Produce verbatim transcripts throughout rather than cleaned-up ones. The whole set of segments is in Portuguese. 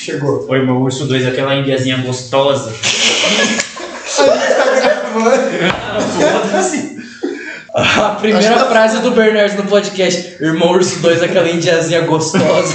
Chegou. Oi, meu urso dois, aquela indiazinha gostosa. A gente tá gravando. Foda-se. A primeira Acho que... frase do Bernardo no podcast: Irmão Urso dois, aquela indiazinha gostosa.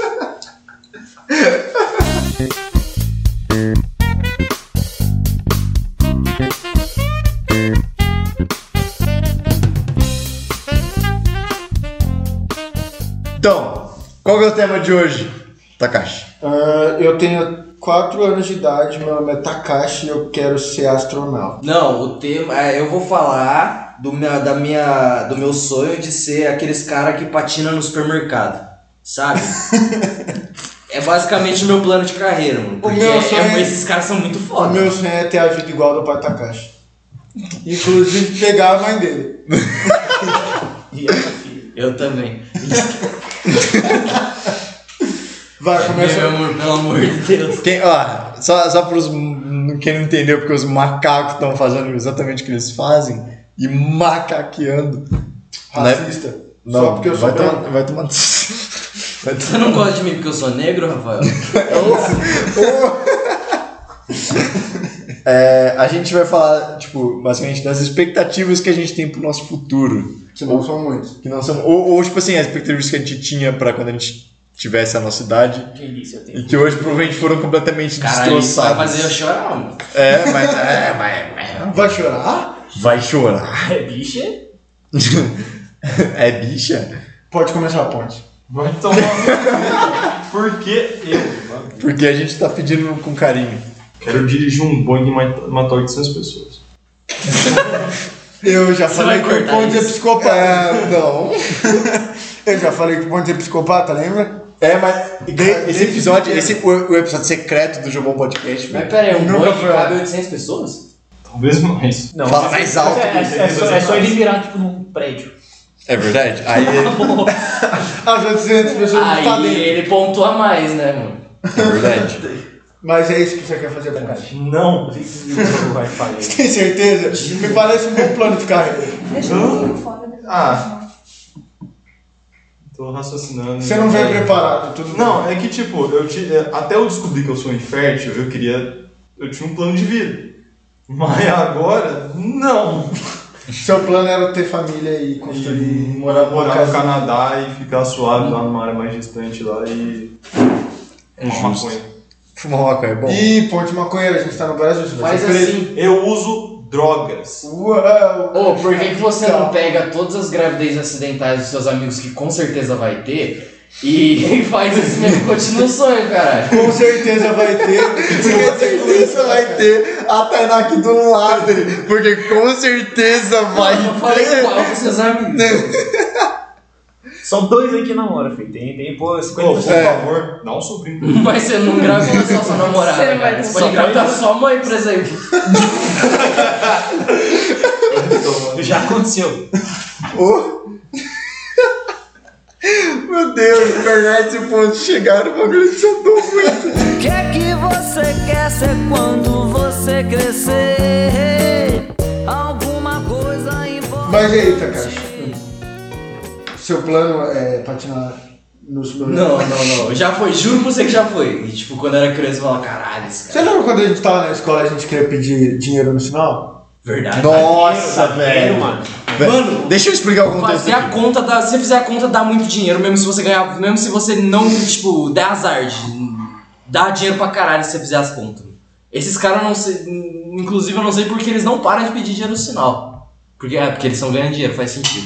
Então, qual que é o tema de hoje, Takashi? Uh, eu tenho quatro anos de idade, meu nome é Takashi e eu quero ser astronauta. Não, o tema. é, Eu vou falar do, minha, da minha, do meu sonho de ser aqueles caras que patina no supermercado. Sabe? É basicamente o meu plano de carreira, mano. Porque meu é- sonho é- é- esses caras são muito O foda. meu sonho é ter a vida igual ao do pai Takashi. Inclusive pegar a mãe dele. E essa filha? Eu também. Vai, começa. Meu amor, pelo amor de Deus. Quem, ó, só, só para os quem não entendeu, porque os macacos estão fazendo exatamente o que eles fazem e macaqueando. Racista. Não, Só porque eu sou vai branco. tomar, vai tomar. Vai Você não gosta de mim porque eu sou negro, Rafael? É, a gente vai falar, tipo, basicamente das expectativas que a gente tem pro nosso futuro. Que não são muitos. Que não são, ou, ou, tipo assim, as expectativas que a gente tinha pra quando a gente tivesse a nossa idade Quem disse? Eu tenho. e que hoje provavelmente foram completamente Caralho, isso vai destroçadas. fazer eu chorar, mano. É, mas é, mas Vai chorar? vai chorar. É bicha? É bicha? Pode começar a ponte. Vai tomar. Por que eu? Porque a gente tá pedindo com carinho. Quero dirigir um Boeing e mat- matar oitocentas pessoas. Eu já Você falei vai que o cortar ponte é isso? psicopata. É, não. Eu já falei que o ponte é psicopata, lembra? É, mas De- esse desde episódio, pequeno. esse, o, o episódio secreto do Jogão Podcast, Mas velho. pera aí, um Nunca boi que foi. cabe oitocentas pessoas? Talvez mais. Não, Fala é- mais alto. É, é, é só, é só ele virar tipo num prédio. É verdade? Aí As oitocentas pessoas não estão Aí dentro. ele pontua mais, né, mano? é verdade. Mas é isso que você quer fazer, ponte. Não, o Wi-Fi. Tem certeza? Me parece um bom plano de carreira. Deixa eu fora. Ah. Tô raciocinando. Você não veio É. preparado, tudo Não, é que tipo, eu ti- é, até eu descobrir que eu sou infértil, eu queria. Eu tinha um plano de vida. Mas agora, não. Seu plano era ter família e construir, E morar numa morar no casa. Canadá e ficar suave lá numa área mais distante lá e. É Uma justo. maconha. Fumar uma maconha é bom. Ih, ponte maconheira, a gente tá no Brasil, você vai Faz ser preso. assim. Eu uso drogas. Uau! Ô, por que, que você não pega todas as gravidezes acidentais dos seus amigos, que com certeza vai ter, e faz esse mesmo, continua o sonho, caralho? Com certeza vai ter. Com certeza vai ter a Tainá aqui do lado, porque com certeza vai Eu falei ter. igual com seus amigos. São dois aí que namoram, filho. Tem, tem, pô, Pô, cinquenta por por cento. favor, dá um sobrinho. Mas você não engravida só sua namorada, Você não vai cara. Você ter pode engravidar só a mãe, por exemplo. Já aconteceu. Oh. Meu Deus, o Bernardo e o Ponto chegaram, o bagulho soltou muito. O que é que você quer ser quando você crescer? Alguma coisa importante. Mas e aí, Takashi? Seu plano é patinar no supermercado? Não, não, não. Já foi, juro pra você que já foi. E tipo, quando eu era criança, eu falava, caralho, esse Você cara. lembra quando a gente tava na escola e a gente queria pedir dinheiro no sinal? Verdade. Nossa, Tá velho. vendo, mano? Velho, Mano, deixa eu explicar o contexto Fazer a aqui. conta dá, se você fizer a conta dá muito dinheiro, mesmo se você ganhar, mesmo se você não, tipo, der azar, de, dá dinheiro pra caralho se você fizer as contas. Esses caras não sei, inclusive eu não sei porque eles não param de pedir dinheiro no sinal. Porque é, porque eles estão ganhando dinheiro, faz sentido.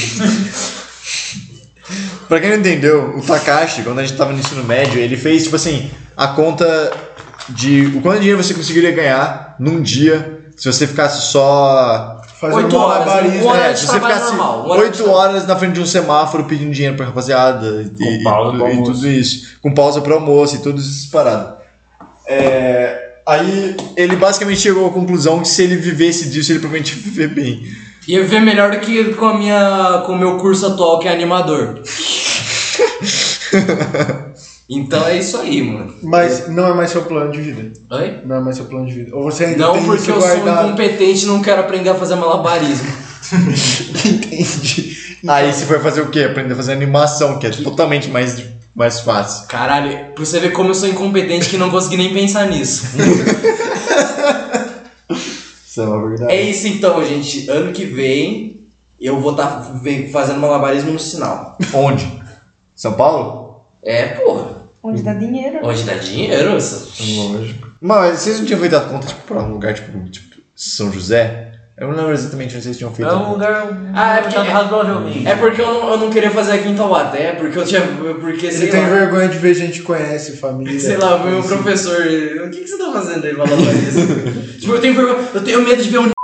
Pra quem não entendeu, o Takashi, quando a gente tava no ensino médio, ele fez, tipo assim, a conta de o quanto dinheiro você conseguiria ganhar num dia se você ficasse só... Fazendo Oito horas, malabarismo. uma hora É, de se você trabalho ficasse normal, uma hora de oito trabalho. horas na frente de um semáforo pedindo dinheiro pra rapaziada e, Com e- pausa e- pro e almoço. tudo isso, com pausa pro almoço e tudo isso parado. É, aí ele basicamente chegou à conclusão que se ele vivesse disso, ele provavelmente ia viver bem. Ia viver melhor do que com, a minha, com o meu curso atual, que é animador. Então é isso aí, mano. Mas não é mais seu plano de vida. Oi? Não é mais seu plano de vida. Ou você ainda Não, tem porque isso eu sou guardado. incompetente e não quero aprender a fazer malabarismo. Entendi. Aí você foi fazer o quê? Aprender a fazer animação, que é totalmente mais mais fácil. Caralho, pra você ver como eu sou incompetente que não consegui nem pensar nisso. Isso é uma verdade. É isso então, gente. Ano que vem eu vou estar fazendo malabarismo no sinal. Onde? São Paulo? É, porra. Onde dá dinheiro. Onde dá dinheiro? Lógico. Mas vocês não tinham feito a conta tipo, pra um lugar tipo, tipo São José? Eu não lembro exatamente onde vocês tinham feito. É um lugar Ah, é porque- razoavelmente. É porque eu não, eu não queria fazer aqui em Taubaté, porque eu tinha. Porque, Ele sei tem lá. vergonha de ver gente que conhece, família. Sei lá, o meu professor. O que, que você tá fazendo aí falando isso? Tipo, eu tenho vergonha. Eu tenho medo de ver um.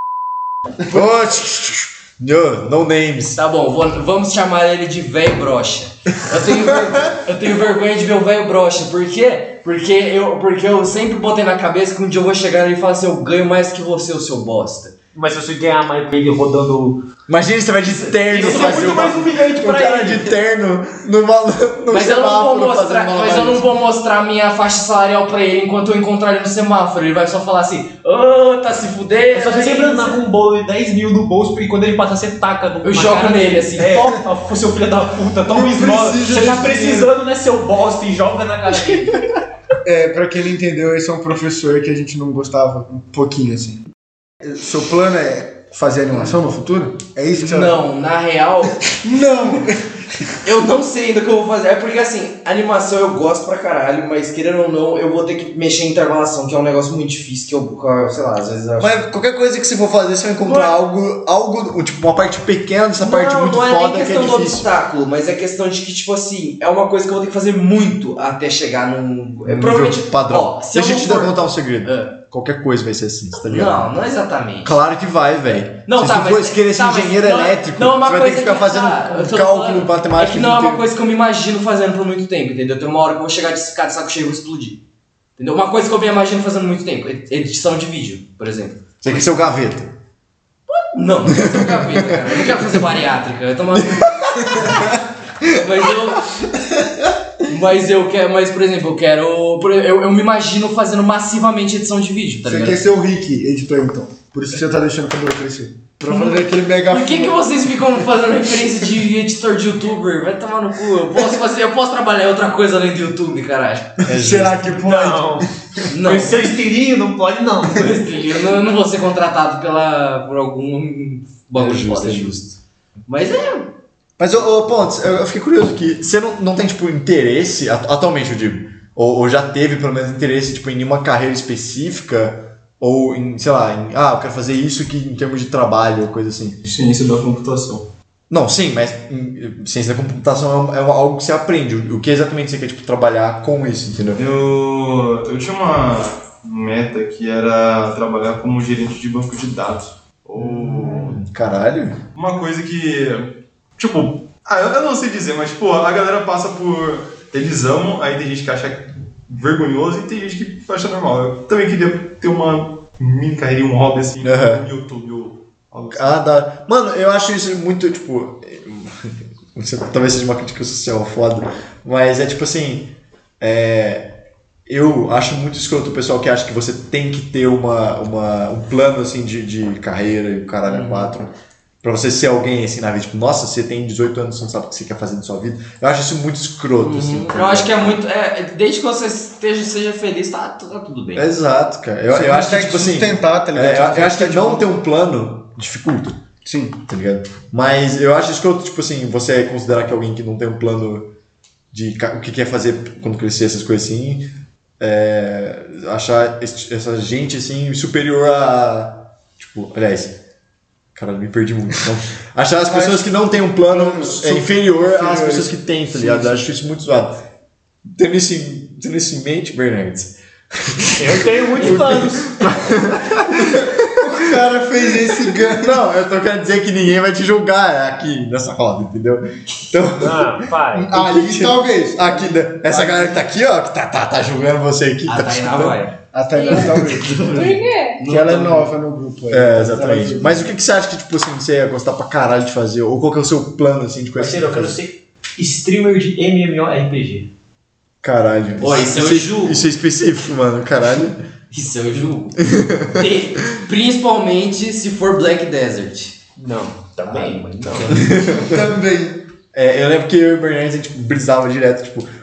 Oh, tch, tch, tch. no, no names. Tá bom, vou- vamos chamar ele de velho broxa. Eu tenho, ver- eu tenho vergonha de ver o velho broxa. Por quê? Porque eu, porque eu sempre botei na cabeça que um dia eu vou chegar nele e falar assim: eu ganho mais que você, o seu bosta. Mas se você ganhar mais que ele rodando. Imagina você vai de terno Isso é fazer muito uma... mais humilhante um pra cara ele. de terno numa, no Mas eu, não vou semáforo mostrar, fazendo mas eu não vou mostrar a minha faixa salarial pra ele enquanto eu encontrar ele no semáforo. Ele vai só falar assim: ô, tá se fudendo. É só você sempre andar com um bolo de dez mil no bolso, porque quando ele passa, você taca no Eu na jogo cara nele, dele. assim, É, toma. ó, seu filho da puta, toma um esmola. preciso Você tá de precisando, né, seu bosta, e joga na cara dele. É, pra quem não entendeu, esse é um professor que a gente não gostava um pouquinho, assim. Seu plano é fazer animação no futuro? É isso que você Não, na real, Não! eu não sei ainda o que eu vou fazer. É porque assim, animação eu gosto pra caralho, mas querendo ou não, eu vou ter que mexer em intervalação, que é um negócio muito difícil, que eu, sei lá, às vezes eu acho. Mas qualquer coisa que você for fazer, você vai encontrar Não é- algo, algo, tipo, uma parte pequena dessa parte não, muito não é foda nem que é questão do difícil. obstáculo, mas é questão de que, tipo assim, é uma coisa que eu vou ter que fazer muito até chegar num. É, Um provavelmente. nível padrão. Ó, se Deixa eu eu te não dar for- contar um segredo. É. Qualquer coisa vai ser assim, tá ligado? Não, não exatamente. Claro que vai, velho. Não, se tá, você for mas- querer ser tá, mas engenheiro não é- elétrico, não é uma você vai ter que coisa ficar fazendo tá, eu tô cálculo falando, matemático. É que não é uma inteiro. coisa que eu me imagino fazendo por muito tempo, entendeu? Tem uma hora que eu vou chegar de ficar de saco cheio e vou explodir. Entendeu? Uma coisa que eu me imagino fazendo muito tempo, edição de vídeo, por exemplo. Você quer ser o gaveta. Não, não quero ser um gaveta, cara. Eu não quero fazer bariátrica. Eu tô mal... Mas eu. Mas eu quero. Mas, por exemplo, eu quero. por- Eu, eu me imagino fazendo massivamente edição de vídeo, tá Você ligado? quer ser o Rick, editor, então. Por isso que você tá deixando o cabelo crescer. Pra fazer aquele mega Por que, que vocês ficam fazendo referência de editor de youtuber? Vai tomar no cu. Eu posso fazer, eu posso trabalhar em outra coisa além do YouTube, caralho. Será que pode? Não. Não. Com seu estilinho, não pode não. Eu não, eu não vou ser contratado pela, por algum bagulho É de justo, foda. é justo. Mas é. Mas, ô, ô Pontes, eu, eu fiquei curioso que você não, não tem, tipo, interesse, atu- atualmente eu digo, ou, ou já teve, pelo menos, interesse, tipo, em nenhuma carreira específica, ou em, sei lá, em, ah, eu quero fazer isso que, em termos de trabalho, ou coisa assim. Ciência da computação. Não, sim, mas em, ciência da computação é, é algo que você aprende, o, o que exatamente você quer, tipo, trabalhar com isso, entendeu? Eu, eu tinha uma meta que era trabalhar como gerente de banco de dados. Ou Caralho. uma coisa que, tipo, ah, eu, eu não sei dizer, mas, tipo, a galera passa por... Eles amam, aí tem gente que acha vergonhoso e tem gente que acha normal. Eu também queria ter uma mini carreira, um hobby assim, Aham. no YouTube ou algo assim. Ah, dá. Mano, eu acho isso muito, tipo. Isso talvez seja uma crítica social foda, mas é tipo assim. É, eu acho muito escroto o pessoal que acha que você tem que ter uma, uma, um plano assim de, de carreira e o caralho é quatro. Pra você ser alguém assim na vida, tipo, nossa, você tem dezoito anos, você não sabe o que você quer fazer na sua vida. Eu acho isso muito escroto, assim. tá Eu acho que é muito. É, desde que você esteja, seja feliz, tá, tá tudo bem. Exato, cara. Eu, Você eu acho que, consegue tipo assim. sustentar, tá ligado? É, Você eu, eu consegue acho que ficar de não boa. ter um plano dificulta. Sim. Tá ligado? Mas eu acho escroto, tipo assim, você considerar que alguém que não tem um plano de ca- o que quer fazer quando crescer, essas coisas assim, é, achar esse- essa gente assim superior a. Tipo, aliás. Caralho, me perdi muito. Então, achar as pessoas que não têm um plano é inferior às pessoas que têm, tá ligado? Eu acho isso muito zoado. Tendo isso em, tendo isso em mente, Bernardes. Eu tenho muitos planos. O cara fez esse ganho. Não, eu tô querendo dizer que ninguém vai te julgar aqui nessa roda, entendeu? Então. Não, pai. Ali talvez. Aqui, né? Essa galera que tá aqui, ó, que tá, tá, tá julgando você aqui. A tá Tainá julgando. vai. A Tainá talvez. Por quê? Que ela é nova no grupo. aí. É, exatamente. Mas o que, que você acha que, tipo assim, você ia gostar pra caralho de fazer? Ou qual que é o seu plano, assim, de coisa? Parceiro, eu quero ser streamer de MMORPG. Caralho. Pô, isso eu é- julgo. Isso é específico, mano. Caralho. Isso eu julgo. E, principalmente se for Black Desert. Não, também, mas não. Também. É, eu lembro que eu e o Bernardes, a gente brisava direto, tipo,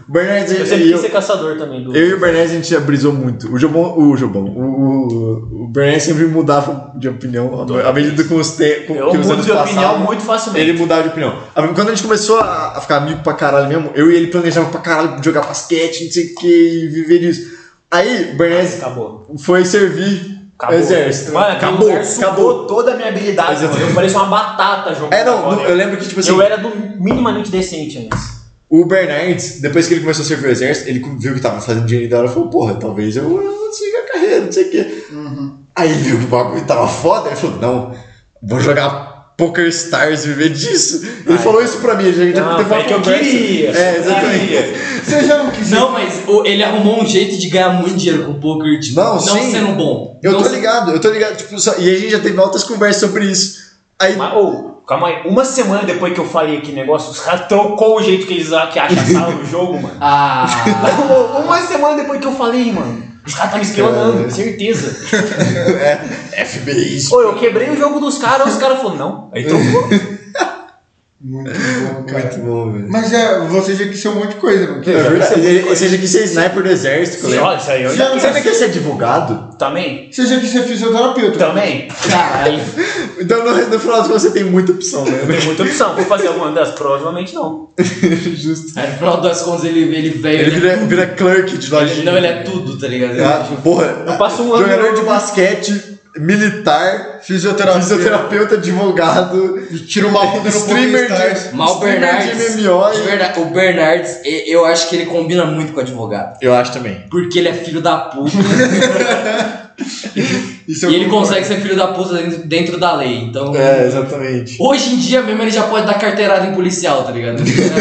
O Bernardes Eu e sempre quis eu, ser caçador também. Do... eu e o Bernardes a gente já brisou muito. O Jobon, o Jobon, o, o, o Bernardes sempre mudava de opinião à medida com os tempos. Eu mudo de opinião muito facilmente. Ele mudava de opinião. Quando a gente começou a ficar amigo pra caralho mesmo, eu e ele planejava pra caralho jogar basquete, não sei o que, e viver disso. Aí o Bernardes Acabou. foi servir. Acabou. Exército. Mano, aquele Acabou, lugar sugou acabou. toda a minha habilidade. Exato. Mano. Eu parecia uma batata jogando. É, não, bola. não, eu lembro que, tipo assim. Eu era do minimamente decente antes. O Bernardes, depois que ele começou a servir o exército, ele viu que tava fazendo dinheiro da hora e falou, porra, talvez eu, eu siga a carreira, não sei o quê. Uhum. Aí ele viu que o bagulho tava foda, ele falou, não, vou jogar Poker Stars e viver disso. Ele Ai, falou isso pra mim, a gente já teve uma que conversa. Eu queria. É, exatamente. Você já não quis. Não, mas o, ele arrumou um jeito de ganhar muito dinheiro com poker, tipo, não, não sim. sendo bom. Eu não tô sendo... ligado, eu tô ligado. Tipo, só, e a gente já teve altas conversas sobre isso. Aí... Mas, oh, calma aí, uma semana depois que eu falei aquele negócio, os caras trocou o jeito que eles que acharam no jogo, mano. Ah. Uma semana depois que eu falei, mano. Os caras tá me espionando, certeza. É, F B I. Pô, eu quebrei o jogo dos caras, os caras falaram, não. Aí trocou. Muito bom, cara. Muito bom, velho. Mas é, você já quis ser um monte de coisa, não quer? É verdade. Você já quis ser sniper do exército, Sim, olha, isso aí eu já Você já quer ser advogado? Também? Você já quis ser fisioterapeuta? Também? Caralho. Então no, no final das contas você tem muita opção, né? Tem muita opção. Vou fazer alguma das? Provavelmente não. Justo. Aí no final das contas ele, ele veio. Ele vira, vira clerk de lojinha. Não, ele é tudo, tá ligado? Ah, porra, Eu passo um ano. jogador de basquete, militar, Fisioterapeuta. fisioterapeuta, advogado, Tira uma onda no streamer Poker de, Mas o streamer Bernardes, de M M O. de verdade, o Bernardes, e- eu acho que ele combina muito com o advogado. Eu acho também. Porque ele é filho da puta. Isso eu e ele concordo. consegue ser filho da puta dentro, dentro da lei. Então, É, exatamente. hoje em dia mesmo ele já pode dar carteirada em policial, tá ligado?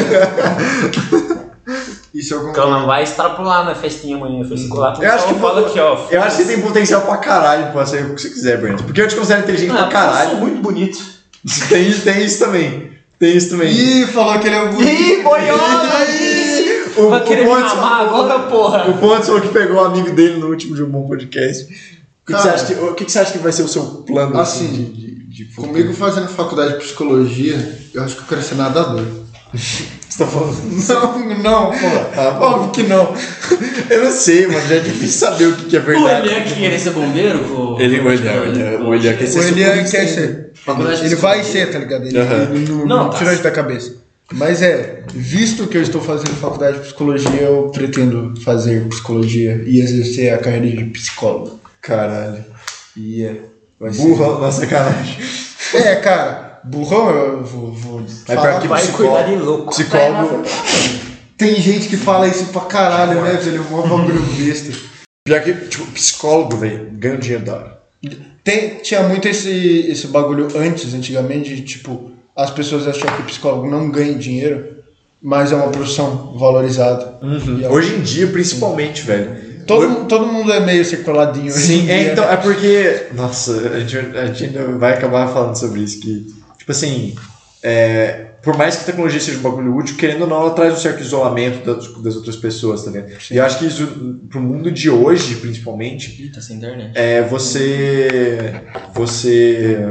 Isso eu Então concordo. não vai extrapolar na festinha amanhã. Foi circular. Eu acho que fala aqui, ó. Eu acho que você tem potencial pra caralho pra ser o que você quiser, Bernardo. Porque eu te considero inteligente Ah, pra caralho. eu sou muito bonito. Tem, tem isso também. Tem isso também. Ih, falou que ele é bonito. Ih, boiola! O, Vai querer me Pontes- amar agora, porra? O Pontes falou que pegou um amigo dele no último de um bom podcast. O que, que, Cara, você acha que, o que, que você acha que vai ser o seu plano assim, assim, de, de, de futuro? Comigo fazendo faculdade de psicologia, eu acho que eu quero ser nadador. Você tá falando? Não, não, pô. Ah, Óbvio que não. Eu não sei, mano. Já é difícil saber o que, que é O verdade. Elian que queria ser bombeiro? Com... Ele, o Elian, o Elian, o Elian quer ser O Elian super quer incêndio. ser. Faculdade de Ele vai psicologia. ser, tá ligado? Ele, Aham. ele não, Não, não tá. tirou isso da cabeça. Mas é, visto que eu estou fazendo faculdade de psicologia, eu pretendo fazer psicologia e exercer a carreira de psicólogo. Caralho. E é. vai ser- Burra, nossa, sacanagem. É, cara, burrão eu vou. vou Vai falar pra que vai psicólogo? cuidar de louco. Psicólogo. Tem gente que fala isso pra caralho, né, velho? É um bagulho besta. Pior que, tipo, psicólogo, velho, ganha dinheiro da hora. Tem, tinha muito esse, esse bagulho antes, antigamente, de, tipo, as pessoas acham que psicólogo não ganha dinheiro, mas é uma profissão valorizada. E é um- Hoje em dia, principalmente, velho. todo, mu- todo mundo é meio sequeladinho. hoje em Sim, é, dia, então, né? é porque. Nossa, a gente, a gente ainda vai acabar falando sobre isso. Que, tipo assim, é, por mais que a tecnologia seja um bagulho útil, querendo ou não, ela traz um certo isolamento das, das outras pessoas, tá ligado? E eu acho que isso, pro mundo de hoje, principalmente, Ih, tá sem internet. é você. Você.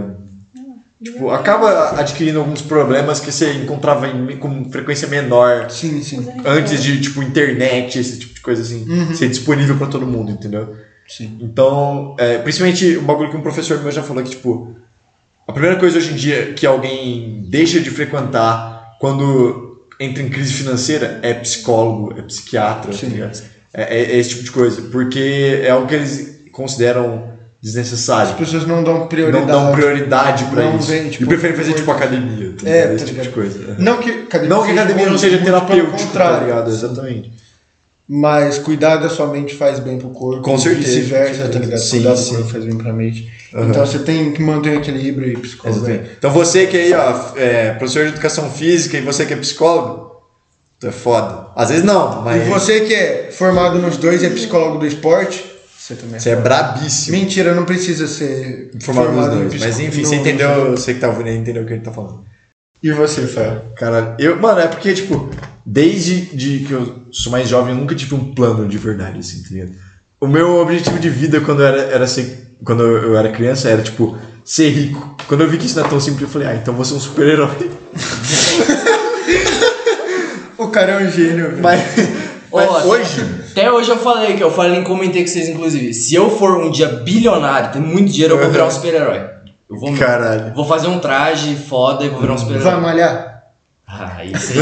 Tipo, acaba adquirindo alguns problemas que você encontrava em, com frequência menor Sim, sim. antes de, tipo, internet, esse tipo de coisa assim, Uhum. ser disponível pra todo mundo, entendeu? Sim. Então, é, principalmente um bagulho que um professor meu já falou que, tipo, a primeira coisa hoje em dia que alguém deixa de frequentar quando entra em crise financeira é psicólogo, é psiquiatra, tá Sim. ligado? É, é- é esse tipo de coisa, porque é algo que eles consideram desnecessário. As pessoas não dão prioridade. Não dão prioridade pra Não isso. vem, tipo, e preferem fazer coisa- tipo academia. Tá É, ligado? tá Esse tipo de ligado? coisa. Não que academia, Não que a academia não ruim, seja muito pelo terapêutico, tá contrário. ligado? Exatamente. Mas cuidar da sua mente faz bem pro corpo. Com e certeza, vice-versa, com tá ligado? certeza. Cuidar Sim, do sim. corpo faz bem pra mente. Aham. Então você tem que manter o equilíbrio e psicólogo. Exatamente. Então você que aí, ó, é professor de educação física e você que é psicólogo, tu é foda. Às vezes não, mas E você que é formado nos dois e é psicólogo do esporte, você também é você é foda. brabíssimo. Mentira, não precisa ser Formado nos em dois. psico- Mas enfim, no- você entendeu, você que tá ouvindo aí entendeu o que ele tá falando. E você, Fael? Caralho, eu, mano, é porque, tipo, desde de que eu sou mais jovem, eu nunca tive um plano de verdade, assim, tá ligado? O meu objetivo de vida quando eu era, era ser, quando eu era criança era, tipo, ser rico. Quando eu vi que isso não é tão simples, eu falei, ah, então vou ser um super-herói. O cara é um gênio, velho. Mas, mas Ó, hoje... Até hoje eu falei, que eu falei, comentei com vocês, inclusive. Se eu for um dia bilionário, ter muito dinheiro, eu vou virar um super-herói. Eu vou, Caralho. vou fazer um traje foda e vou virar um super-herói. Vai malhar? Ah, isso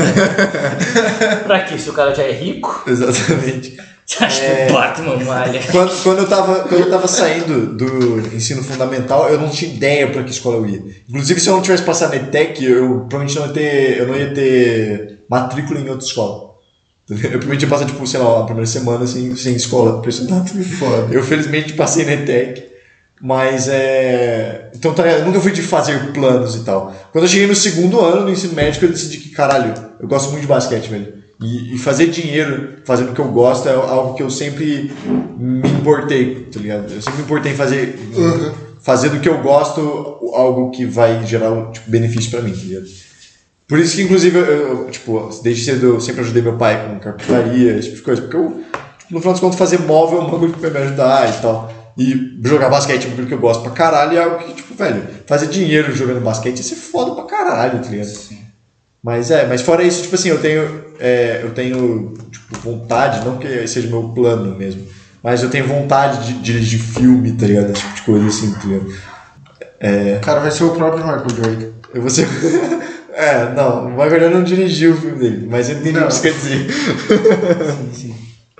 aí. Pra quê? Se o cara já é rico? Exatamente. Você acha que o Batman malha? Quando, quando, eu tava, quando eu tava saindo do ensino fundamental, eu não tinha ideia pra que escola eu ia. Inclusive, se eu não tivesse passado na E T E C, eu provavelmente não ia ter, eu não ia ter matrícula em outra escola. Eu provavelmente ia passar, tipo, sei lá, a primeira semana assim, sem escola. Impressionante. Foda. Eu, felizmente, passei na E T E C. Mas é... Então, tá, eu nunca fui de fazer planos e tal. Quando eu cheguei no segundo ano no ensino médico, eu decidi que, caralho, eu gosto muito de basquete, velho. E, e fazer dinheiro fazendo o que eu gosto é algo que eu sempre me importei, tá ligado? Eu sempre me importei em fazer, uhum. fazer do que eu gosto algo que vai gerar tipo, benefício pra mim, tá ligado? Por isso que, inclusive, eu, eu, tipo, desde cedo eu sempre ajudei meu pai com carpintaria, esse tipo de coisa. Porque eu, tipo, no final das contas, fazer móvel é um bagulho que vai me ajudar e tal. E jogar basquete é um bagulho que eu gosto pra caralho. E é algo que, tipo, velho, fazer dinheiro jogando basquete ia ser foda pra caralho, tá ligado? Sim. Mas é, mas fora isso, tipo assim, eu tenho, é, eu tenho tipo, vontade, não que seja meu plano mesmo, mas eu tenho vontade de dirigir filme, tá ligado? Esse tipo de coisa assim, tá ligado? É... O cara vai ser o próprio Michael Jordan. Eu vou ser... é, não, o Michael Jordan não dirigiu o filme dele, mas ele entendi o que isso quer dizer. Sim, sim.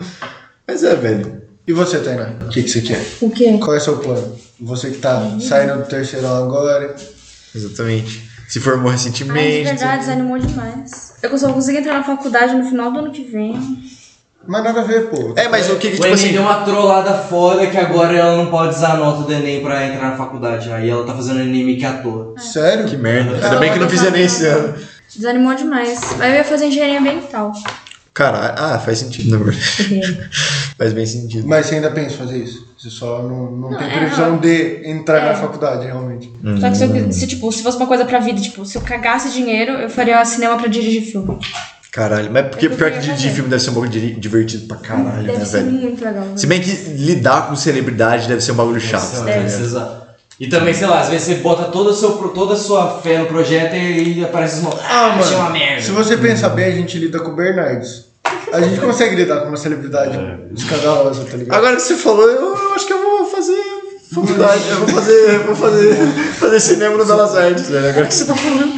Mas é, velho. E você, Tainá? O que, que você quer? O quê? Qual é o seu plano? Você que tá saindo do terceirão agora. Exatamente. Se formou recentemente. Ai, de verdade, desanimou demais. Eu só consegui entrar na faculdade no final do ano que vem. Mas nada a ver, pô. É, mas o que que, O tipo Enem assim... deu uma trollada foda que agora ela não pode usar a nota do Enem pra entrar na faculdade. Aí ela tá fazendo Enem meio que à toa. Sério? Que merda. Ainda bem que não fiz Enem esse ano. Desanimou demais. Aí eu ia fazer engenharia ambiental. Caralho, ah, faz sentido, na verdade. Faz bem sentido. Mas você ainda pensa em fazer isso? Você só não, não, Não, tem é, previsão não. de entrar É. na faculdade, realmente. Hum. Só que se, eu, se, tipo, se fosse uma coisa pra vida, tipo, se eu cagasse dinheiro, eu faria cinema pra dirigir filme. Caralho, mas porque É o que eu pior que queria dirigir fazer. filme deve ser um bagulho di- divertido pra caralho, Deve né, ser velho? muito legal. Se bem que lidar com celebridade deve ser um bagulho chato. Nossa, tá é, ligado? exato. E também, sei lá, às vezes você bota toda a sua, toda a sua fé no projeto e aparece os malucos. Ah, achei uma mano, merda. se você pensar bem, a gente lida com o Bernardes. A gente consegue lidar com uma celebridade escandalosa, tá ligado? Agora que você falou, eu, eu acho que eu vou fazer faculdade, eu vou fazer, eu vou fazer, fazer cinema no Belas Artes, velho. Agora que você tá falando.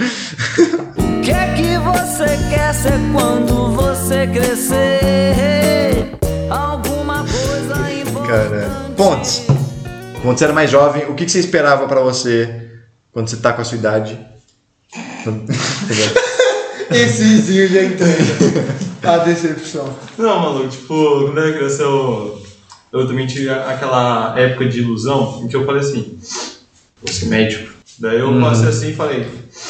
O que é que você quer ser quando você crescer? Alguma coisa importante. Cara, Pontes. Quando você era mais jovem, o que que você esperava pra você quando você tá com a sua idade? Entendeu? Esse vizinho de entrega. A decepção. Não, maluco, tipo, quando eu era criança eu, eu também tive aquela época de ilusão em que eu falei assim, vou ser médico. Daí eu Uhum. passei assim e falei,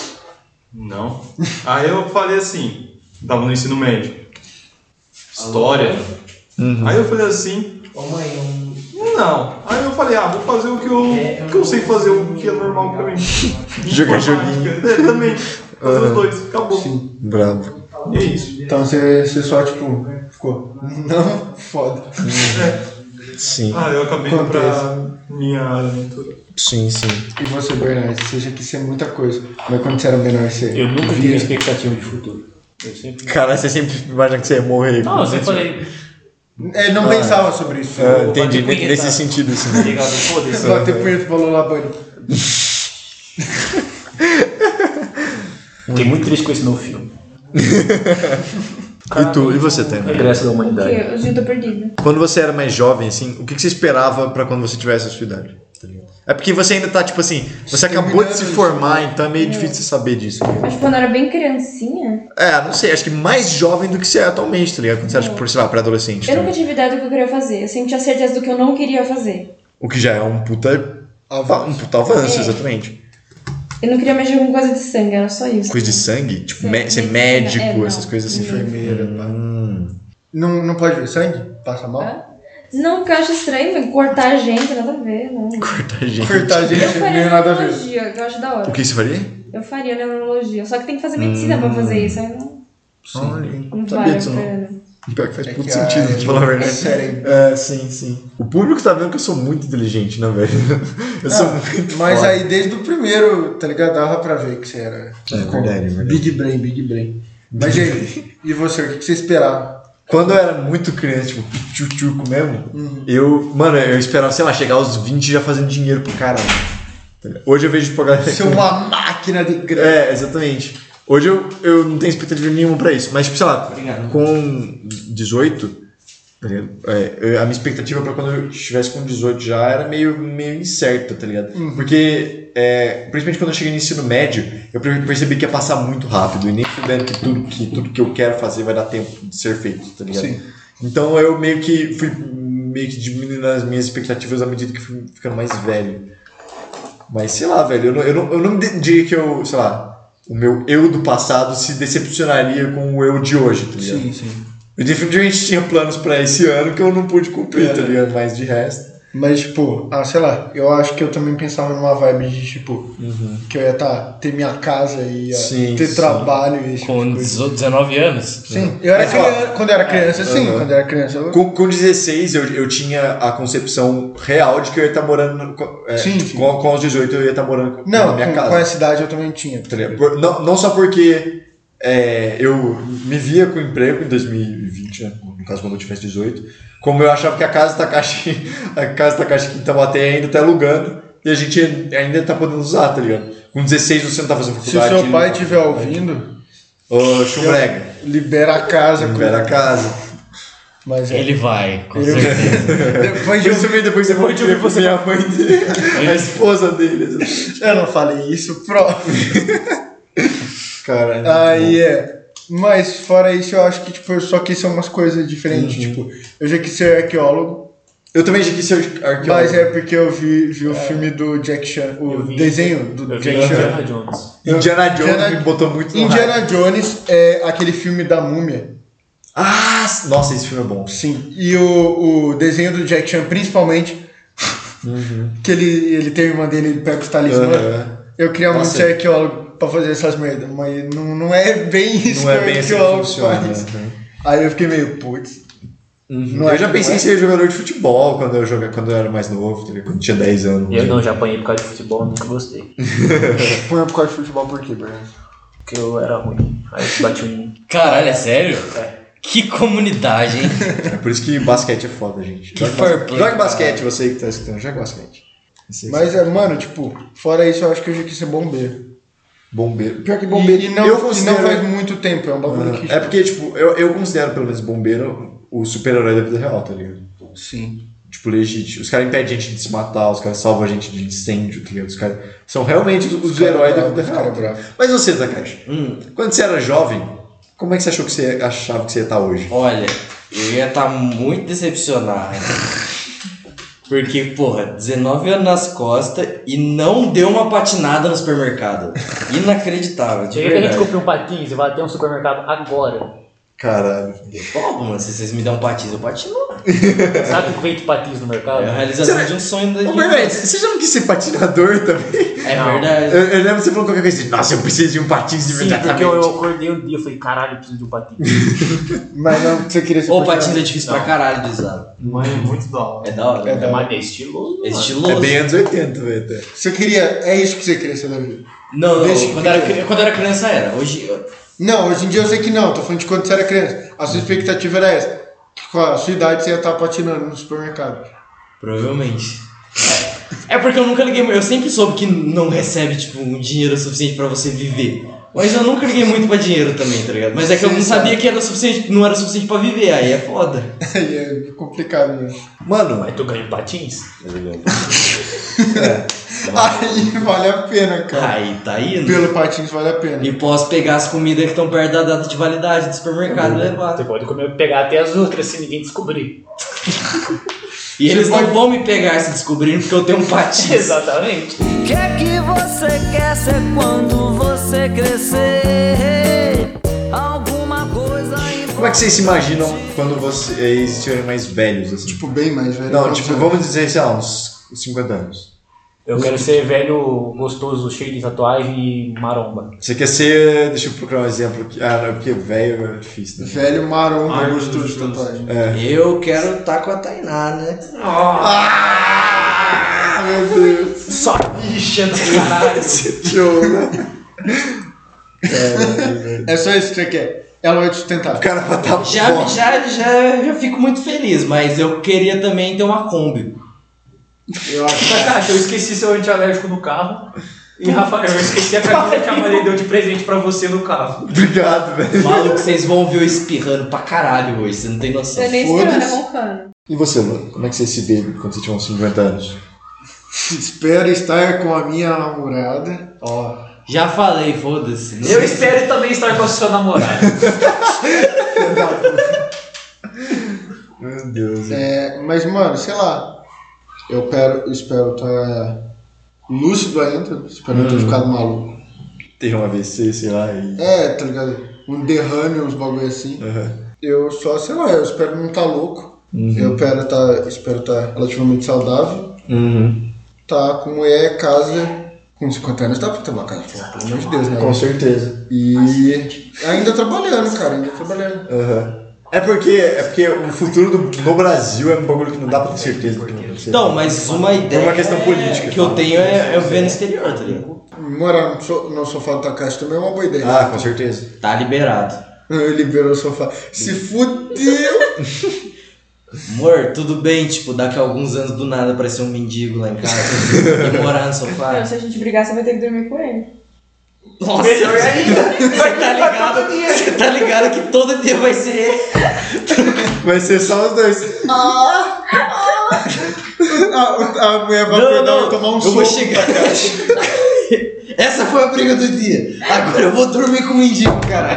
não. Aí eu falei assim, tava no ensino médio, história. Uhum. Aí eu falei assim, Ô mãe, um... não. Aí eu falei, ah, vou fazer o que eu, que eu sei fazer, o que é normal pra mim. Jogar Informática. É, também. Fazer os dois, acabou. Sim. Bravo. E é isso. Então você, você só, tipo, ficou. Não, foda. Sim, Ah, eu acabei indo pra Acontece. minha área natural. sim, sim. E você, Bernardes, você já quis ser muita coisa. Mas quando você era menor, você. Eu nunca tive via. expectativa de futuro. Eu sempre... Cara, você sempre imagina que você ia morrer. Não, eu sempre falei, É, não pensava sobre isso. Ah, entendi, Bater punheta. nesse sentido, assim. tá ligado? Foda-se. Bater punheta falou lá, banho. Fiquei muito triste com esse novo filme. E tu, e você, Tainá? Regresso da O humanidade. quê? Eu já tô perdida. Quando você era mais jovem, assim, o que que você esperava pra quando você tivesse a sua idade? Tá ligado? É porque você ainda tá, tipo assim, você acabou de se formar, então é meio difícil você saber disso. Tá ligado? Mas quando eu era bem criancinha, É, não sei, acho que mais jovem do que você é atualmente, tá ligado? Quando você era, tipo, sei lá, pré-adolescente. tá eu nunca ligado? tive ideia do que eu queria fazer. Eu sempre tinha certeza do que eu não queria fazer. O que já é um puta, um puta avanço, É. exatamente. Eu não queria mexer com coisa de sangue, era só isso. Coisa de sangue, tipo, Sim, mé- ser medicina, médico, é, não. essas coisas assim. Enfermeira, pá. Hum. Não, não pode ver sangue? Passa mal? Hã? Não, porque eu acho estranho, mas cortar a gente, nada a ver, não. Cortar gente. Cortar a gente Eu não tem faria nada a ver. neurologia, que eu acho da hora. O que você faria? Eu faria neurologia, só que tem que fazer medicina pra fazer isso, aí não, Olha, não não sabia vale a disso não. pena. Pior que faz É muito que a- sentido, pra falar a verdade. Cérebro. É, sim, sim. O público tá vendo que eu sou muito inteligente, né, velho? Eu sou Ah, muito mas foda. aí desde o primeiro, tá ligado? Dava pra ver que você era. É verdade, é verdade. Big brain, big brain. Mas e aí? E você, o que você esperava? Quando eu era muito criança, tipo, tchutchuco mesmo, uhum. eu, mano, eu esperava, sei lá, chegar aos vinte já fazendo dinheiro pro caralho. Hoje eu vejo, tipo, a galera... Ser uma máquina de grana. É, exatamente. Hoje eu, eu não tenho expectativa nenhuma pra isso, mas, tipo, sei lá, Obrigado. com dezoito, é, a minha expectativa pra quando eu estivesse com dezoito já era meio, meio incerta, tá ligado? Uhum. Porque, é, principalmente quando eu cheguei no ensino médio, eu percebi que ia passar muito rápido e nem fudendo que tudo, que tudo que eu quero fazer vai dar tempo de ser feito, tá ligado? Sim. Então eu meio que fui meio que diminuindo as minhas expectativas à medida que fui ficando mais velho. Mas sei lá, velho, eu não, eu não, eu não diria que eu, sei lá, o meu eu do passado se decepcionaria com o eu de hoje, tá ligado? Sim, sim. Eu definitivamente tinha planos pra esse ano que eu não pude cumprir, é. tá ligado? Mas de resto... Mas, tipo, ah, sei lá, eu acho que eu também pensava numa vibe de, tipo, uhum. que eu ia tá, ter minha casa e ia sim, ter sim. trabalho e tipo com dezenove anos? Sim, eu era criança, quando eu era criança, é. sim, uhum. quando eu era criança. Eu... Com, com dezesseis eu, eu tinha a concepção real de que eu ia estar morando, é, sim, sim. Com, com os dezoito eu ia estar morando não, na minha com, casa. Não, com essa idade eu também tinha. Por, não, não só porque é, eu me via com emprego em dois mil e vinte, né? No caso quando eu tivesse dezoito, como eu achava que a casa Takashi, a casa Takashi aqui em Taubaté ainda tá alugando e a gente ainda tá podendo usar, tá ligado? Com dezesseis você não tá fazendo faculdade. Se o seu pai estiver ouvindo, ô chumbrega, libera a casa. Libera com... a casa. Mas é. Ele vai, com ele certeza. depois de ouvir, depois você pode ouvir você a mãe dele, a esposa dele. Eu não falei isso, prof. Cara. Aí é. Mas fora isso, eu acho que tipo, eu só quis ser umas coisas diferentes. Uhum. Tipo, eu já quis ser arqueólogo. Eu também já quis ser arqueólogo. Mas é porque eu vi, vi o é. filme do Jack Chan, o desenho do Jack Chan. Indiana Jones. Indiana Jones Indiana, me botou muito no Indiana hype. Jones é aquele filme da múmia. Ah, nossa, esse filme é bom. Sim. E o, o desenho do Jack Chan, principalmente, uhum. que ele, ele tem a irmã dele, ele pega os talismãs. Uhum. Eu queria muito ser arqueólogo pra fazer essas merdas, mas não, não é bem isso não é bem que o assim faz. Uhum. Aí eu fiquei meio, putz. Uhum. Eu já pensei é. em ser jogador de futebol quando eu, joga, quando eu era mais novo, quando eu tinha dez anos. Eu não, já apanhei por causa de futebol, nunca gostei. Apanhou por causa de futebol por quê, Bernardo? Porque eu era ruim, aí eu bati um... Caralho, é sério? É. Que comunidade, hein? É por isso que basquete é foda, gente. Que joga, joga basquete, você que tá escutando, joga basquete. Mas, é, mano, tipo, fora isso, eu acho que eu já quis ser bombeiro. Bombeiro. Pior que bombeiro. E, e, não, eu considero... e não faz muito tempo, é um bagulho uhum. que... É porque, tipo, eu, eu considero pelo menos bombeiro o super-herói da vida real, tá ligado? Sim. Tipo, legítimo. Os caras impedem a gente de se matar, os caras salvam a gente de incêndio, tá ligado? Os caras são realmente os, os, os heróis da vida real. Tá? Mas você, Takashi, hum. quando você era jovem, como é que você achou que você achava que você ia estar hoje? Olha, eu ia estar muito decepcionado. Porque, porra, dezenove anos nas costas e não deu uma patinada no supermercado. Inacreditável. Chega que a gente comprou um patins e vai até um supermercado agora. Caralho. Pô, mano, se vocês me dão um patins, eu patino. Sabe que vende patins no mercado? É a realização você de um sonho da gente. Ô, Bernardo, você já não quis ser patinador também? É não. Verdade. Eu, eu lembro que você falou qualquer coisa assim, nossa, eu preciso de um patins de verdade. Sim, porque eu, eu acordei um dia e falei, caralho, eu preciso de um patins. Mas não, você queria ser Ô, patins é difícil não. pra caralho de usar. Mas é muito da hora. É da hora. É, é, mas é estiloso. É estiloso. É bem anos oitenta, velho. Você queria, é isso que você queria ser da vida? Não, não, quando era, quando era criança era. Hoje... Não, hoje em dia eu sei que não, tô falando de quando você era criança. A sua expectativa era essa. Que com a sua idade você ia estar patinando no supermercado. Provavelmente. É porque eu nunca liguei. Eu sempre soube que não recebe, tipo, um dinheiro suficiente pra você viver. Mas eu nunca liguei muito pra dinheiro também, tá ligado? Mas é que eu não sabia que era suficiente, não era suficiente pra viver, aí é foda. Aí é complicado mesmo. Mano, mas tu ganha patins? É. Aí vale a pena, cara. Aí tá indo. Pelo patins vale a pena. E posso pegar as comidas que estão perto da data de validade do supermercado e levar. Você pode comer, pegar até as outras se ninguém descobrir. E eles não vão me pegar se descobrirem porque eu tenho um patins. Exatamente. O que é que você quer ser quando você crescer? Alguma coisa em Como é que vocês se imaginam quando vocês estiverem mais velhos? Assim? Tipo, bem mais velhos? Não, tipo, vamos dizer, sei lá, uns cinquenta anos. Eu quero ser velho, gostoso, cheio de tatuagem e maromba. Você quer ser... Deixa eu procurar um exemplo aqui. Ah, não, porque velho é difícil. Né? Velho, maromba, ah, gostoso de tatuagem. É. Eu quero estar tá com a Tainá, né? Oh. Ah, meu Deus. Só bicha do caralho. Show, né? É, É só isso que você quer. Ela vai te sustentar. O cara vai estar Já, já, já, já fico muito feliz, mas eu queria também ter uma Kombi. Eu acho que caixa, eu esqueci seu antialérgico no carro. E Rafael, eu esqueci a camisa que a Maria deu de presente pra você no carro. Obrigado, velho. Maluco, vocês vão ver eu espirrando pra caralho hoje, você não tem noção. Eu nem espirrando, é roncando. E você, mano? Como é que você se vê quando você tiver uns cinquenta anos? Espero estar com a minha namorada. Ó. Já falei, foda-se. Eu espero também estar com a sua namorada. Meu Deus. É, mas, mano, sei lá. Eu quero, espero estar lúcido ainda. Espero não ter ficado maluco. Ter um A V C, sei lá. E... É, tá ligado? Um derrame, uns bagulho assim. Uhum. Eu só, sei lá, eu espero não estar louco. Uhum. Eu espero estar, espero estar relativamente saudável. Uhum. Tá com mulher, casa. Com cinquenta anos dá pra ter uma casa, pelo amor de Deus, né? Com certeza. E ainda trabalhando, cara, ainda trabalhando. Uhum. É porque, é porque o futuro do, no Brasil é um bagulho que não dá pra ter certeza. Então, mas uma ideia é uma questão política que eu tenho é eu ver no exterior, tá ligado? Morar no, so, no sofá da caixa também é uma boa ideia. Ah, com certeza. Tá liberado. Liberou o sofá. Se fudeu! Amor, tudo bem, tipo, daqui a alguns anos do nada aparecer um mendigo lá em casa e morar no sofá. Não, se a gente brigar, você vai ter que dormir com ele. Nossa, melhor ainda. Você tá ligado? Você tá ligado que todo dia vai ser. Vai ser só os dois. Ah, ah. a, a mulher vai Não, não, tomar um eu soco. vou chegar. Essa foi a briga do dia. Agora eu vou dormir com o mendigo, caralho.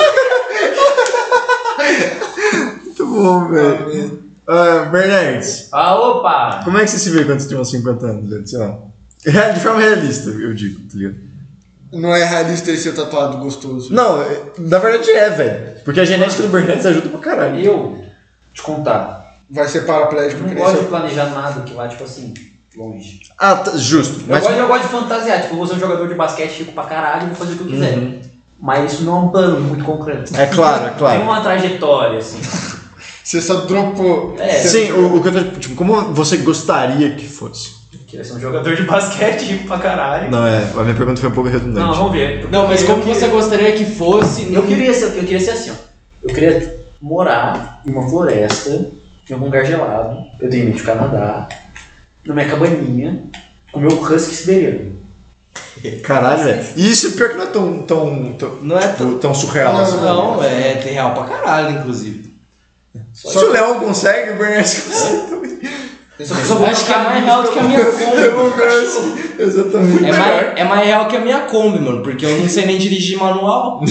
Muito bom, velho. Uh, Bernardes, Ah, opa! como é que você se vê quando você tem uns cinquenta anos, velho? Sei lá. De forma realista, eu digo, tá ligado? Não é realista esse ser tatuado gostoso. Não, na verdade é, velho. Porque a genética do Bernardes ajuda pra caralho. Eu, te contar, Vai ser paraplégico. eu não gosto de planejar nada que vá, tipo assim, longe. Ah, tá, justo. Eu, Mas gosto, eu gosto de fantasiar, tipo, eu vou ser um jogador de basquete, fico pra caralho e vou fazer o que eu quiser. Uhum. Mas isso não é um plano muito concreto. é claro, é Tem claro. uma trajetória, assim. Você só dropou. É, Sim, o, o que eu tô, tipo, como você gostaria que fosse? queria ser um jogador de basquete, rico pra caralho. Não, é, a minha pergunta foi um pouco redundante. Não, vamos ver. Não, mas Eu como queria- você gostaria que fosse. Eu queria ser, eu queria ser assim, ó. Eu queria morar em uma floresta, em algum lugar gelado. Eu tenho medo de Canadá, na minha cabaninha, com meu husky siberiano. Caralho, velho. E isso pior que não é tão, tão, tão, Não é tão. tão surreal Não, assim. Não, é tem real pra caralho, inclusive. Se o Leão consegue, o Bernardes consegue também. Só que eu só vou Acho que é ficar mais real do que a minha Eu Kombi. converso. Exatamente. É mais, é mais real que a minha Kombi, mano, porque eu não sei nem dirigir manual.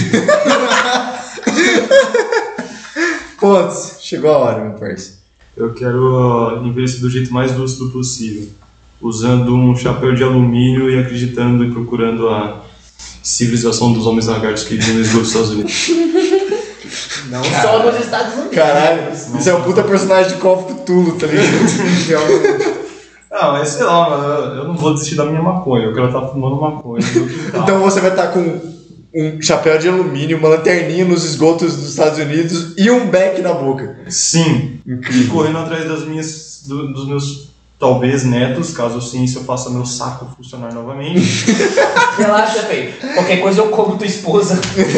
Pontos. Chegou a hora, meu parceiro. Eu quero uh, envelhecer do jeito mais lúcido possível, usando um chapéu de alumínio e acreditando e procurando a civilização dos homens lagartos que vivem no esgoto dos Estados Unidos. Não só nos Estados Unidos. Caralho, isso é um puta personagem de Call of Cthulhu, tá ligado? Ah, mas sei lá, mano, eu- eu não vou desistir da minha maconha, eu quero estar fumando maconha no meu quintal. Então você vai estar com um chapéu de alumínio, uma lanterninha nos esgotos dos Estados Unidos e um beck na boca. Sim, e Incrível. correndo atrás das minhas, do- dos meus, talvez, netos, caso sim, se eu faça meu saco funcionar novamente. Relaxa, feio. Qualquer coisa eu como tua esposa.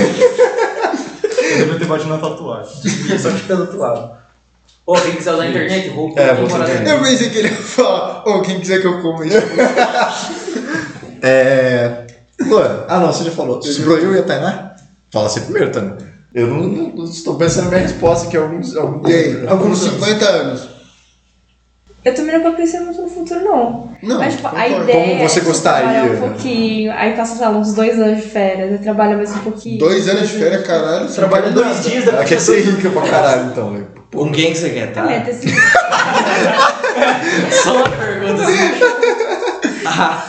Eu deveria ter batido na tatuagem. E só que pelo outro lado. Ô, quem quiser usar a internet, vou É, vou morar usar a dentro. Eu pensei que ele ia falar, ô, quem quiser que eu coma isso. É. Luan, ah não, você já falou. Sobrou eu e a Tainá? Fala você primeiro, Tainá. Eu não, não- não estou pensando na minha resposta aqui há alguns, alguns, E aí, com alguns anos. cinquenta anos. Eu também não tô pensando muito no futuro, não. Não, Mas, tipo, a concordo. ideia Como você é gostaria, trabalhar né? um pouquinho, aí passa, sei lá, uns dois anos de férias, aí trabalha mais um pouquinho. Dois anos de férias, caralho. você Trabalha não quer dois nada. dias, Ela depois quer ser rica pra caralho, então. Né? Com quem que você quer, A tá? meta é assim. Só uma pergunta assim. Ah,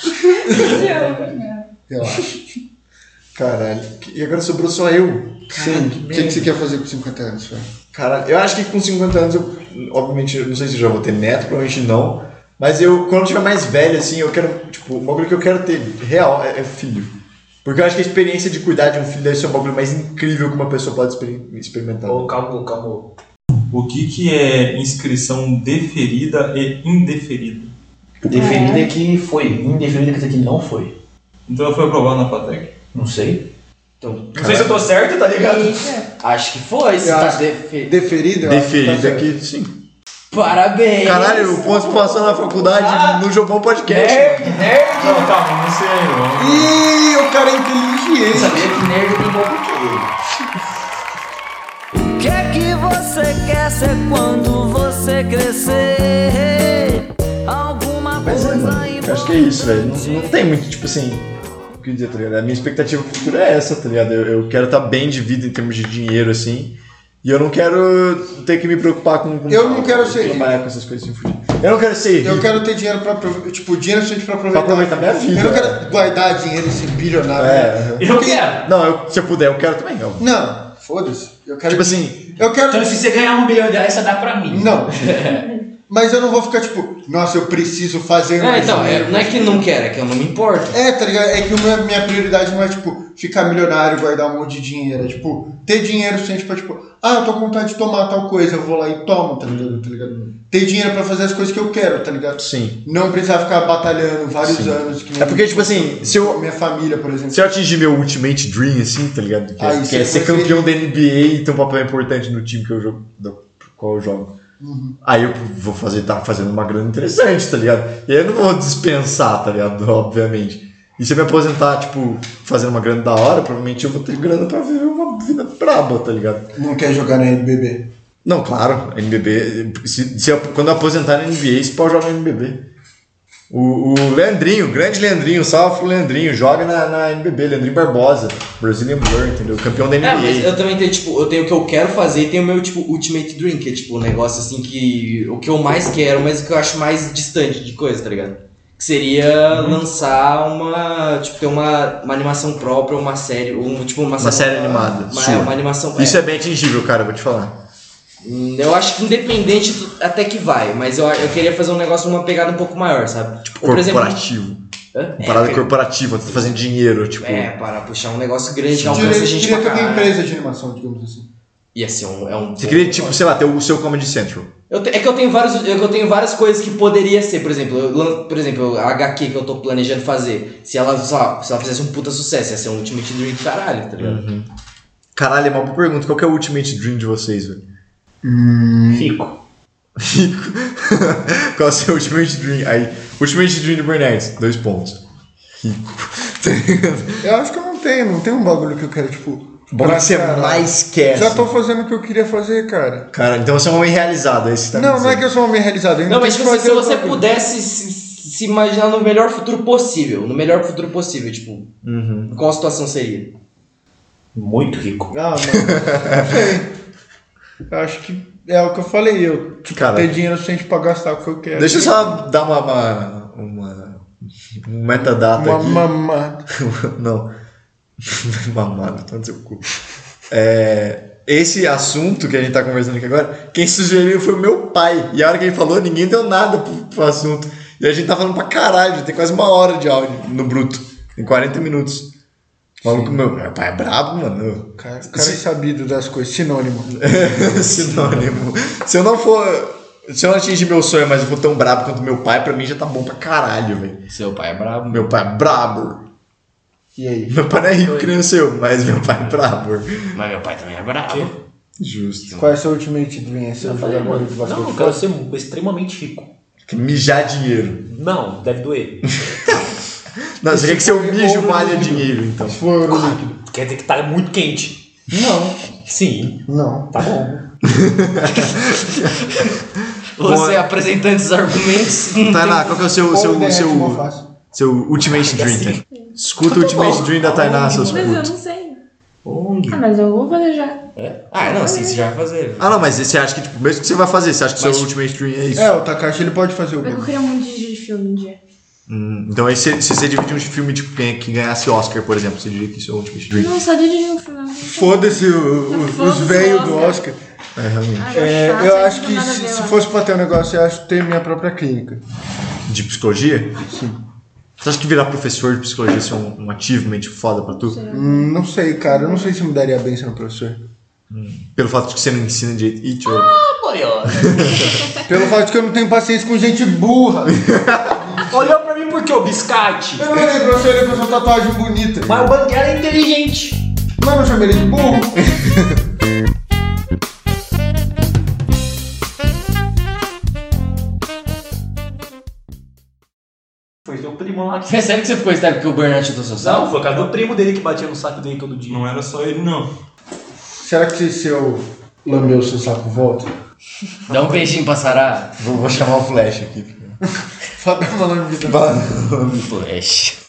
Relaxa. Caralho. E agora sobrou só eu. Sim, o que, que você quer fazer com cinquenta anos, velho? Caralho, eu acho que com cinquenta anos eu, obviamente, eu não sei se eu já vou ter neto, provavelmente não. Mas eu, quando eu tiver mais velho, assim, eu quero, tipo, o bagulho que eu quero ter real é, é filho. Porque eu acho que a experiência de cuidar de um filho deve ser o bagulho mais incrível que uma pessoa pode exper- experimentar. Ô, calma, calma. O que, que é inscrição deferida e indeferida? Deferida é que foi, indeferida quer dizer que não foi. Então ela foi aprovada na FATEC. Não sei. Então, não sei se eu tô certo, tá ligado? acho que foi. Você Eu tá acho defe... Deferido? eu acho que tá Deferido certo. aqui, sim. Parabéns! Caralho, o Ponce passou na faculdade Ah. no Jogão Podcast. Nerd, nerd! Não, calma, não sei não. Ih, o cara é Eu inteligente. sabia que nerd tem bom porque. O que é que você quer ser quando você crescer? Alguma Mas é, coisa mano, eu acho que é isso, velho. Não, não tem muito, tipo assim. O que dizer, tá ligado? A minha expectativa futura é essa, tá ligado? Eu, eu quero estar bem de vida em termos de dinheiro, assim. E eu não quero ter que me preocupar com. com Eu não quero ser trabalhar com essas coisas assim, fudido. Eu não quero ser rico. Eu quero ter dinheiro pra aproveitar. Tipo, dinheiro suficiente pra aproveitar. Pra aproveitar minha vida. Eu não quero guardar dinheiro e ser bilionário. É. Eu quero. Não, eu, se eu puder, eu quero também. Eu, Não, foda-se. Eu quero. tipo assim, Eu quero. Então se você ganhar um bilhão de reais, você dá pra mim. Não. Mas eu não vou ficar tipo, nossa, eu preciso fazer É, mais então, é, dinheiro. não é que não quer, é que eu não me importo. É, tá ligado? É que a minha, minha prioridade não é, tipo, ficar milionário e guardar um monte de dinheiro. É, tipo, ter dinheiro suficiente pra, tipo, ah, eu tô com vontade de tomar tal coisa, eu vou lá e tomo, tá ligado? Tá ligado? Ter dinheiro pra fazer as coisas que eu quero, tá ligado? sim. Não precisar ficar batalhando vários Sim. anos. Que nem É porque, tipo assim, se eu, minha família, por exemplo. se eu atingir meu ultimate dream, assim, tá ligado? Que, é- Ah, que isso é é ser preferido. campeão da N B A e ter um papel importante no time que eu jogo, do qual eu jogo. Uhum. Aí eu vou fazer, tá fazendo uma grana interessante, tá ligado? E aí eu não vou dispensar, tá ligado? Obviamente. E se eu me aposentar, tipo, fazendo uma grana da hora, provavelmente eu vou ter grana pra viver uma vida braba, tá ligado? Não quer jogar na N B B. Não, claro, N B B. Se, se eu- quando eu aposentar na N B A, você pode jogar na N B B. O, o Leandrinho, o grande Leandrinho, salve pro Leandrinho, joga na, na N B B, Leandrinho Barbosa, Brazilian Blur, entendeu? Campeão da N B A. É, mas eu também tenho, tipo, eu tenho o que eu quero fazer e tenho o meu, tipo, ultimate dream, que é, tipo, um negócio, assim, que... O que eu mais quero, mas o que eu acho mais distante de coisa, tá ligado? Que seria lançar uma... Tipo, ter uma, uma animação própria, uma série, um, tipo, uma... Uma série animada, Uma, sua. uma animação... Isso é bem atingível, cara, vou te falar. Hum, Eu acho que independente do- até que vai, mas eu, eu queria fazer um negócio, uma pegada um pouco maior, sabe? Tipo, por exemplo... Corporativo. Hã? Uma parada É, corporativa, tá fazendo dinheiro, tipo. É, para puxar um negócio grande que Eu alcança a gente queria pra ter uma caralho. empresa de animação, digamos assim. Ia ser um... É um Você queria, tipo, sei lá, ter o seu Comedy Central. Eu te- é que eu tenho, vários, é que eu tenho várias coisas que poderia ser, por exemplo, eu lan- por exemplo, a H Q que eu tô planejando fazer, se ela, sei lá, se ela fizesse um puta sucesso, ia ser um Ultimate Dream do caralho, tá ligado? Caralho, é uma boa pergunta. Qual que é o ultimate dream de vocês, velho? Rico. Rico. Qual é o seu ultimate dream? Aí, ultimate dream do Bernardes, dois pontos. Rico. Tá ligado? Eu acho que eu não tenho, não tem um bagulho que eu quero, tipo. Bom pra que você caralho. mais quer. Já tô assim. fazendo o que eu queria fazer, cara. Cara, então você é um homem realizado, é isso que você tá me Não, não é dizendo. que eu sou um homem realizado. eu ainda Não, mas tenho tipo, que assim, se fazer você o bagulho. pudesse se, se imaginar no melhor futuro possível, no melhor futuro possível, tipo, Uhum. qual a situação seria? Muito rico. Ah, não. Não sei. Eu acho que é o que eu falei. Eu tipo, Cara, ter dinheiro suficiente pra gastar o que eu quero. Deixa eu só dar uma, uma, uma um metadata Uma aqui. mamada. Não. Mamado, tá no seu cu. É, esse assunto que a gente tá conversando aqui agora, quem sugeriu foi o meu pai. E a hora que ele falou, ninguém deu nada pro, pro assunto. E a gente tá falando pra caralho, já tem quase uma hora de áudio no bruto. Tem quarenta minutos. Maluco, meu, meu pai é brabo, mano. O cara, o cara é sabido das coisas. Sinônimo. Sinônimo. Se eu não for. Se eu não atingir meu sonho, mas eu for tão brabo quanto meu pai, pra mim já tá bom pra caralho, velho. Seu pai é brabo. Meu pai é brabo. E aí? Meu pai não é rico que nem o seu, mas meu pai é brabo. Mas meu pai também é brabo. Justo. Qual é o seu ultimate dream? Seu Eu falei, jogador mano, de não, basquete? eu quero ser extremamente rico. Mijar dinheiro. Não, deve doer. Não, você quer que seu mijo valha dinheiro, então. Se for ouro líquido. Quer dizer que tá muito quente. Não, Sim, não. tá bom. Você apresentando esses argumentos. não Tainá, tem- qual que é o seu, Ou seu, derrete seu, uma face. seu ultimate dream? Né? Escuta o ultimate dream da Tainá, seus Mas eu putos. não sei. Onde? Ah, mas eu vou fazer já. Ah, não, sim, você já vai fazer. Ah, não, mas você acha que, tipo, mesmo que você vai fazer, você acha que o seu Mas- ultimate dream é isso? É, o Takashi ele pode fazer o Porque eu bagulho. queria muito de filme um dia. Hum, então aí se, se você dividir um filme tipo, quem- que ganhasse Oscar, por exemplo, você diria que isso é o ultimate dream? Não, só dirigir um filme. Foda-se o- o- os Foda-se o velhos do Oscar. Oscar. É, realmente. Ah, É, chato, eu não acho tem que nada a se, ver, se eu fosse pra ter um negócio, eu acho ter minha própria clínica. De psicologia? Sim. Você acha que virar professor de psicologia é um, um achievement foda pra tu? Hum, não sei, cara. Eu não sei se me daria bem sendo professor. Pelo fato de que você não ensina direito. Ih, tio. Pelo fato de que eu não tenho paciência com gente burra. Olhou pra mim por quê, ô biscate? Eu não lembro, professor, ele com essa tatuagem bonita. Mas o Banguela é inteligente. Mas não chamei ele de burro. Foi seu primo lá. É sério que você ficou estéreo porque o Bernard do seu saco? Não, foi por causa do primo dele que batia no saco dele todo dia. Não era só ele, não. Será que se eu lamber o seu saco volta? Dá um beijinho pra sarar. Vou, vou chamar o Flash aqui. Fala uma nome de Flash.